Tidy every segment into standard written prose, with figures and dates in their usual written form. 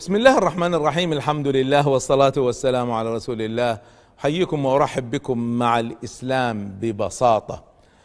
بسم الله الرحمن الرحيم. الحمد لله والصلاة والسلام على رسول الله. أحييكم وأرحب بكم مع الإسلام ببساطة،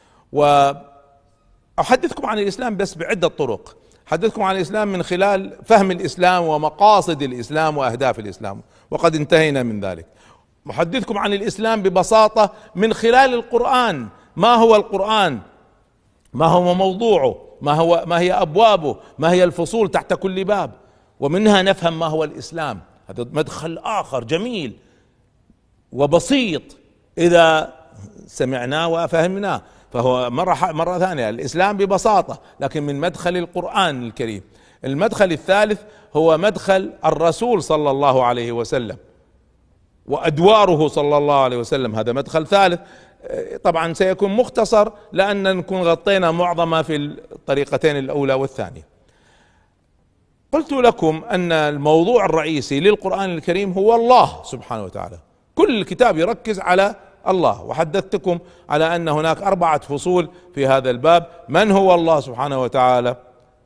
وأحدثكم عن الإسلام بس بعدة طرق. أحدثكم عن الإسلام من خلال فهم الإسلام ومقاصد الإسلام وأهداف الإسلام، وقد انتهينا من ذلك. أحدثكم عن الإسلام ببساطة من خلال القرآن. ما هو القرآن؟ ما هو موضوعه؟ ما هي أبوابه؟ ما هي الفصول تحت كل باب؟ ومنها نفهم ما هو الإسلام. هذا مدخل آخر جميل وبسيط إذا سمعناه وفهمناه، فهو مرة ثانية الإسلام ببساطة لكن من مدخل القرآن الكريم. المدخل الثالث هو مدخل الرسول صلى الله عليه وسلم وأدواره صلى الله عليه وسلم، هذا مدخل ثالث. طبعا سيكون مختصر لأن نكون غطينا معظمه في الطريقتين الأولى والثانية. قلت لكم أن الموضوع الرئيسي للقرآن الكريم هو الله سبحانه وتعالى، كل الكتاب يركز على الله، وحدثتكم على أن هناك 4 فصول في هذا الباب. من هو الله سبحانه وتعالى؟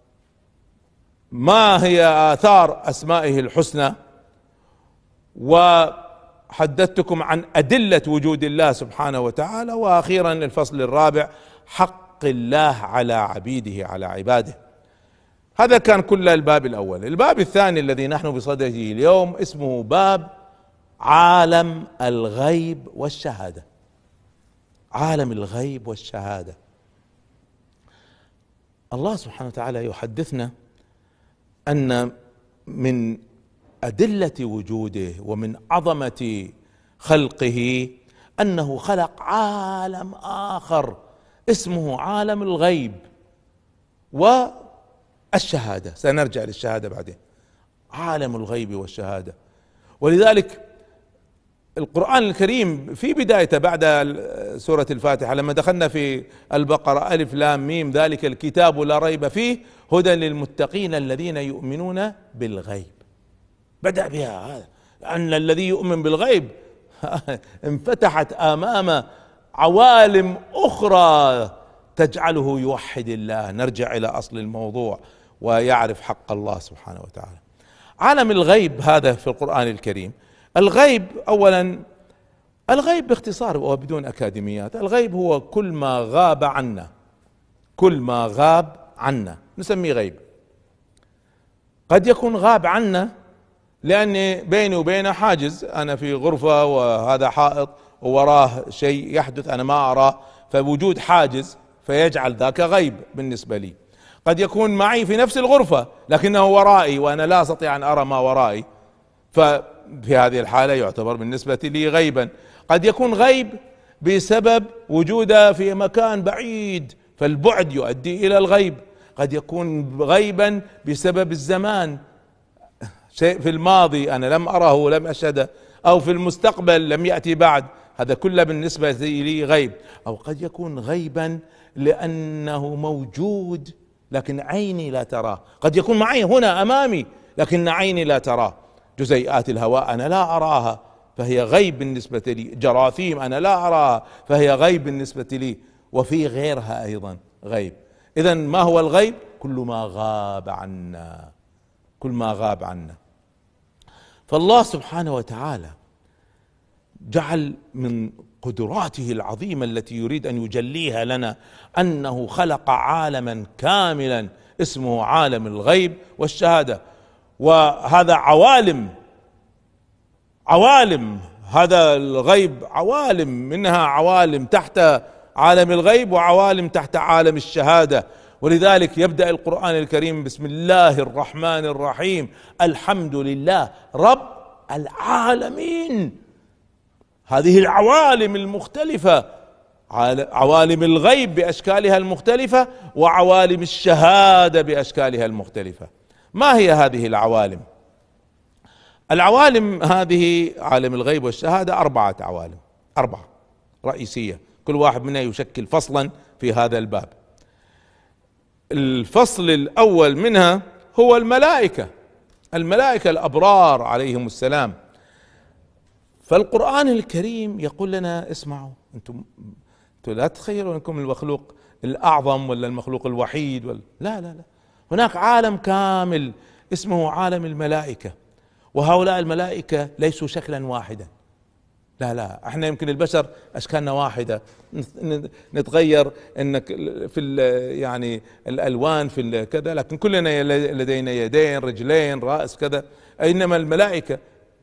ما هي آثار أسمائه الحسنى؟ وحدثتكم عن أدلة وجود الله سبحانه وتعالى. وأخيرا الفصل الرابع، حق الله على عبيده على عباده. هذا كان كل الباب الأول. الباب الثاني الذي نحن بصدده اليوم اسمه باب عالم الغيب والشهادة. عالم الغيب والشهادة. الله سبحانه وتعالى يحدثنا أن من أدلة وجوده ومن عظمة خلقه أنه خلق عالم آخر اسمه عالم الغيب والشهادة. سنرجع للشهادة بعدين. عالم الغيب والشهادة. ولذلك القرآن الكريم في بدايته بعد سورة الفاتحة لما دخلنا في البقرة ألف لام ميم ذلك الكتاب لا ريب فيه هدى للمتقين الذين يؤمنون بالغيب، بدأ بها هذا، أن الذي يؤمن بالغيب انفتحت أمام عوالم أخرى تجعله يوحد الله. نرجع إلى أصل الموضوع ويعرف حق الله سبحانه وتعالى. عالم الغيب هذا في القرآن الكريم. الغيب أولا، الغيب باختصار وبدون أكاديميات، الغيب هو كل ما غاب عنا، كل ما غاب عنا نسميه غيب. قد يكون غاب عنا لأن بيني وبينه حاجز، أنا في غرفة وهذا حائط ووراه شيء يحدث أنا ما أراه، فوجود حاجز فيجعل ذاك غيب بالنسبة لي. قد يكون معي في نفس الغرفة لكنه ورائي وأنا لا أستطيع أن أرى ما ورائي، ففي هذه الحالة يعتبر بالنسبة لي غيبا. قد يكون غيب بسبب وجوده في مكان بعيد فالبعد يؤدي إلى الغيب. قد يكون غيبا بسبب الزمان، شيء في الماضي أنا لم أره ولم أشهده، أو في المستقبل لم يأتي بعد، هذا كله بالنسبة لي غيب. أو قد يكون غيبا لأنه موجود لكن عيني لا تراه. قد يكون معي هنا أمامي لكن عيني لا تراه. جزيئات الهواء أنا لا أراها فهي غيب بالنسبة لي، جراثيم أنا لا أراها فهي غيب بالنسبة لي، وفي غيرها أيضا غيب. إذن ما هو الغيب؟ كل ما غاب عنا، كل ما غاب عنا. فالله سبحانه وتعالى جعل من قدراته العظيمة التي يريد أن يجليها لنا أنه خلق عالما كاملا اسمه عالم الغيب والشهادة. وهذا عوالم هذا الغيب عوالم، منها عوالم تحت عالم الغيب وعوالم تحت عالم الشهادة. ولذلك يبدأ القرآن الكريم بسم الله الرحمن الرحيم الحمد لله رب العالمين. هذه العوالم المختلفة، عوالم الغيب بأشكالها المختلفة وعوالم الشهادة بأشكالها المختلفة. ما هي هذه العوالم؟ العوالم هذه عالم الغيب والشهادة 4 عوالم، 4 رئيسية، كل واحد منها يشكل فصلا في هذا الباب. الفصل الأول منها هو الملائكة، الملائكة الأبرار عليهم السلام. فالقرآن الكريم يقول لنا اسمعوا، انتم لا تتخيلوا انكم المخلوق الأعظم ولا المخلوق الوحيد لا لا لا، هناك عالم كامل اسمه عالم الملائكة. وهؤلاء الملائكة ليسوا شكلا واحدا، لا لا، احنا يمكن البشر اشكالنا واحده، نتغير انك في يعني الالوان في كذا، لكن كلنا لدينا يدين رجلين راس كذا. انما الملائكه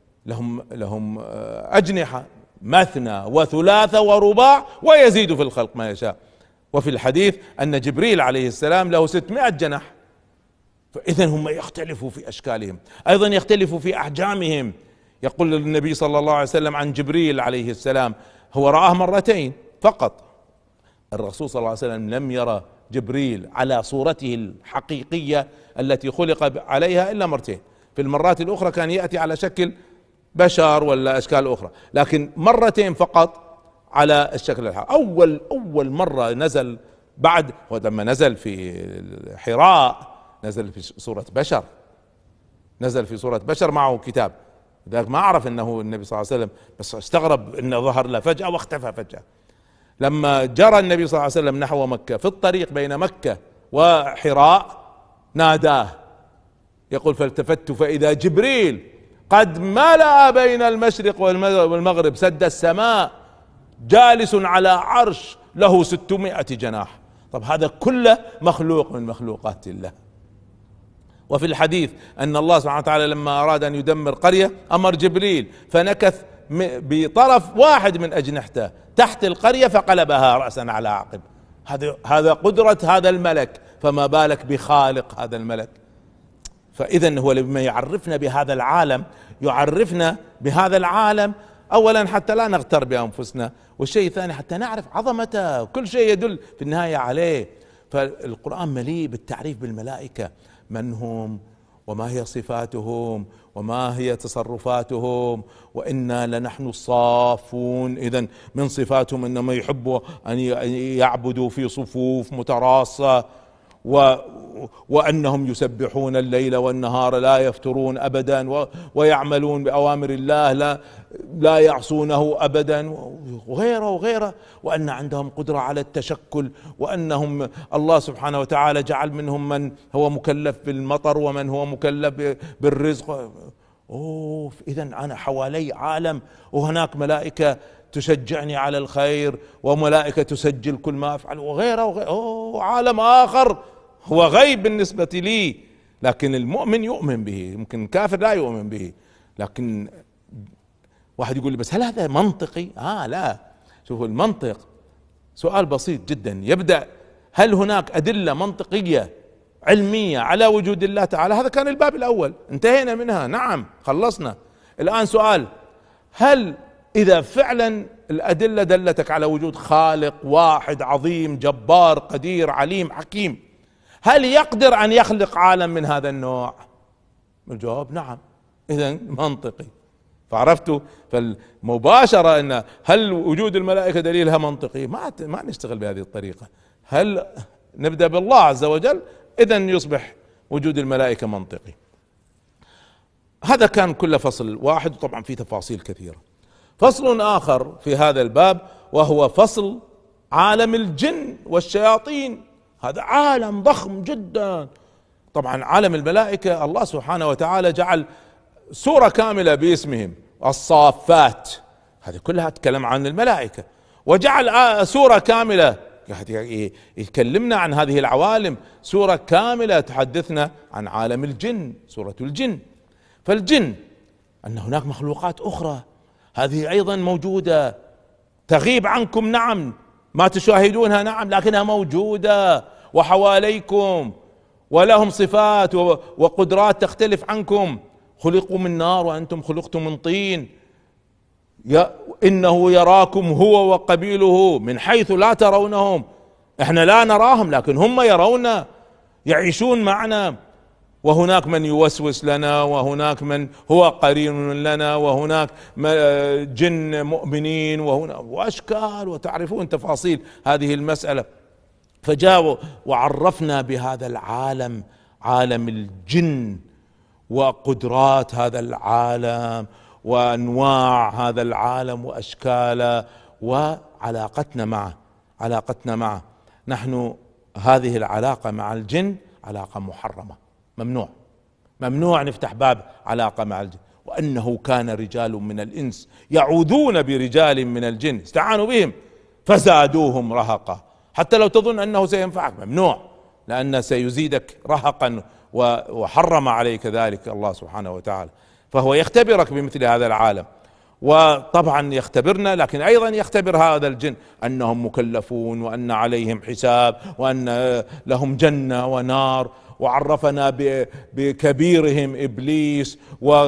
لهم اجنحه مثنى وثلاث ورباع ويزيد في الخلق ما يشاء. وفي الحديث ان جبريل عليه السلام له 600 جناح. فاذا هم يختلفوا في اشكالهم، ايضا يختلفوا في احجامهم. يقول النبي صلى الله عليه وسلم عن جبريل عليه السلام هو رآه مرتين فقط. الرسول صلى الله عليه وسلم لم يرى جبريل على صورته الحقيقية التي خلق عليها إلا مرتين. في المرات الأخرى كان يأتي على شكل بشر ولا أشكال أخرى، لكن مرتين فقط على الشكل الحقيقي. أول مرة نزل بعد لما نزل في حراء نزل في صورة بشر، نزل في صورة بشر معه كتاب، لذلك ما عرف انه النبي صلى الله عليه وسلم، بس استغرب انه ظهر له فجأة واختفى فجأة. لما جرى النبي صلى الله عليه وسلم نحو مكة في الطريق بين مكة وحراء ناداه، يقول فالتفت فإذا جبريل قد ملأ بين المشرق والمغرب سد السماء جالس على عرش له 600 جناح. طب هذا كله مخلوق من مخلوقات الله. وفي الحديث ان الله سبحانه وتعالى لما اراد ان يدمر قرية امر جبريل فنكث بطرف واحد من اجنحته تحت القرية فقلبها رأسا على عقب. هذا قدرة هذا الملك، فما بالك بخالق هذا الملك. فاذا هو لما يعرفنا بهذا العالم يعرفنا بهذا العالم اولا حتى لا نغتر بانفسنا، والشيء الثاني حتى نعرف عظمته، كل شيء يدل في النهاية عليه. فالقرآن مليء بالتعريف بالملائكة، من هم وما هي صفاتهم وما هي تصرفاتهم، وإنا لنحن الصافون. إذن من صفاتهم إنما يحبوا أن يعبدوا في صفوف متراصة، وأنهم يسبحون الليل والنهار لا يفترون أبدا، ويعملون بأوامر الله لا يعصونه أبدا، وغيره وغيره، وأن عندهم قدرة على التشكل، وأنهم الله سبحانه وتعالى جعل منهم من هو مكلف بالمطر ومن هو مكلف بالرزق. إذا أنا حوالي عالم، وهناك ملائكة تشجعني على الخير، وملائكة تسجل كل ما أفعل، وغيره وغيره. عالم آخر هو غيب بالنسبة لي، لكن المؤمن يؤمن به، يمكن الكافر لا يؤمن به. لكن واحد يقول لي بس هل هذا منطقي؟ لا، شوفوا المنطق سؤال بسيط جدا يبدأ هل هناك أدلة منطقية علمية على وجود الله تعالى؟ هذا كان الباب الأول، انتهينا منها، نعم خلصنا. الآن سؤال، هل إذا فعلا الأدلة دلتك على وجود خالق واحد عظيم جبار قدير عليم حكيم، هل يقدر أن يخلق عالم من هذا النوع؟ الجواب نعم. إذن منطقي. فعرفتوا؟ فالمباشرة أن هل وجود الملائكة دليلها منطقي؟ ما نشتغل بهذه الطريقة. هل نبدأ بالله عز وجل؟ إذن يصبح وجود الملائكة منطقي. هذا كان كل فصل واحد، وطبعا في تفاصيل كثيرة. فصل آخر في هذا الباب وهو فصل عالم الجن والشياطين. هذا عالم ضخم جدا. طبعا عالم الملائكة الله سبحانه وتعالى جعل سورة كاملة باسمهم، الصافات، هذه كلها تتكلم عن الملائكة، وجعل سورة كاملة يكلمنا عن هذه العوالم، سورة كاملة تحدثنا عن عالم الجن، سورة الجن. فالجن أن هناك مخلوقات أخرى هذه أيضا موجودة تغيب عنكم، نعم، ما تشاهدونها، نعم، لكنها موجودة وحواليكم، ولهم صفات وقدرات تختلف عنكم. خلقوا من نار وأنتم خلقتم من طين، إنه يراكم هو وقبيله من حيث لا ترونهم. احنا لا نراهم لكن هم يرونا، يعيشون معنا. وهناك من يوسوس لنا، وهناك من هو قرين لنا، وهناك جن مؤمنين، واشكال، وتعرفون تفاصيل هذه المسألة. فجاءوا وعرفنا بهذا العالم، عالم الجن، وقدرات هذا العالم، وانواع هذا العالم، واشكاله، وعلاقتنا معه. نحن هذه العلاقة مع الجن علاقة محرمة، ممنوع نفتح باب علاقة مع الجن. وأنه كان رجال من الإنس يعوذون برجال من الجن استعانوا بهم فزادوهم رهقا. حتى لو تظن أنه سينفعك ممنوع، لأن سيزيدك رهقا، وحرم عليك ذلك الله سبحانه وتعالى. فهو يختبرك بمثل هذا العالم، وطبعا يختبرنا، لكن ايضا يختبر هذا الجن انهم مكلفون وان عليهم حساب وان لهم جنة ونار، وعرفنا بكبيرهم ابليس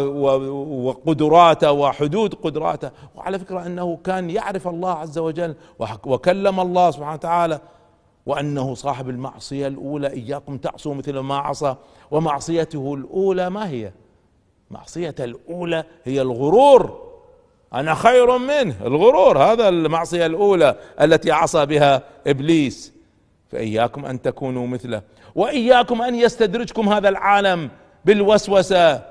وقدراته وحدود قدراته. وعلى فكرة انه كان يعرف الله عز وجل وكلم الله سبحانه وتعالى، وانه صاحب المعصية الاولى اياكم تعصوا مثل ما عصى. ومعصيته الاولى ما هي؟ معصية الاولى هي الغرور، انا خير منه، الغرور، هذا المعصية الاولى التي عصى بها ابليس. فاياكم ان تكونوا مثله، واياكم ان يستدرجكم هذا العالم بالوسوسة.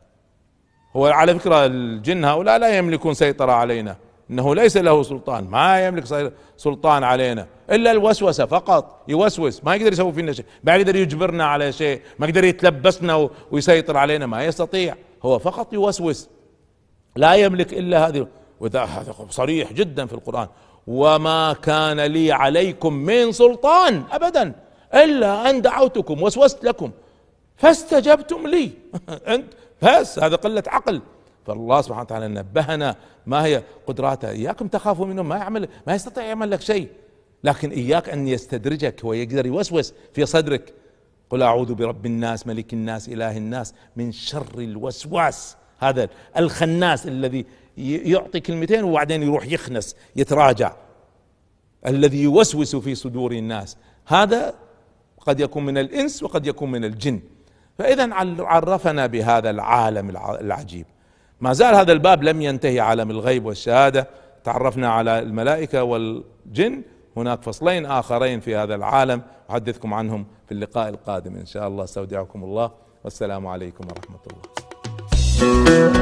هو على فكرة الجن هؤلاء لا يملكون سيطرة علينا، انه ليس له سلطان، ما يملك سلطان علينا الا الوسوسة فقط. يوسوس، ما يقدر يسوي فينا شيء، ما يقدر يجبرنا على شيء، ما يقدر يتلبسنا ويسيطر علينا، ما يستطيع، هو فقط يوسوس، لا يملك الا هذه. وذا هذا صريح جدا في القرآن: وما كان لي عليكم من سلطان ابدا الا ان دعوتكم وسوست لكم فاستجبتم لي. انت بس هذا قلة عقل. فالله سبحانه وتعالى نبهنا ما هي قدراته. اياكم تخافوا منهم، ما يستطيع يعمل لك شيء، لكن اياك ان يستدرجك ويقدر يوسوس في صدرك. قل اعوذ برب الناس ملك الناس اله الناس من شر الوسواس، هذا الخناس الذي يعطي كلمتين وبعدين يروح يخنس يتراجع، الذي يوسوس في صدور الناس. هذا قد يكون من الانس وقد يكون من الجن. فاذا عرفنا بهذا العالم العجيب. ما زال هذا الباب لم ينتهي، عالم الغيب والشهادة. تعرفنا على الملائكة والجن، هناك فصلين آخرين في هذا العالم أحدثكم عنهم في اللقاء القادم إن شاء الله. استودعكم الله، والسلام عليكم ورحمة الله.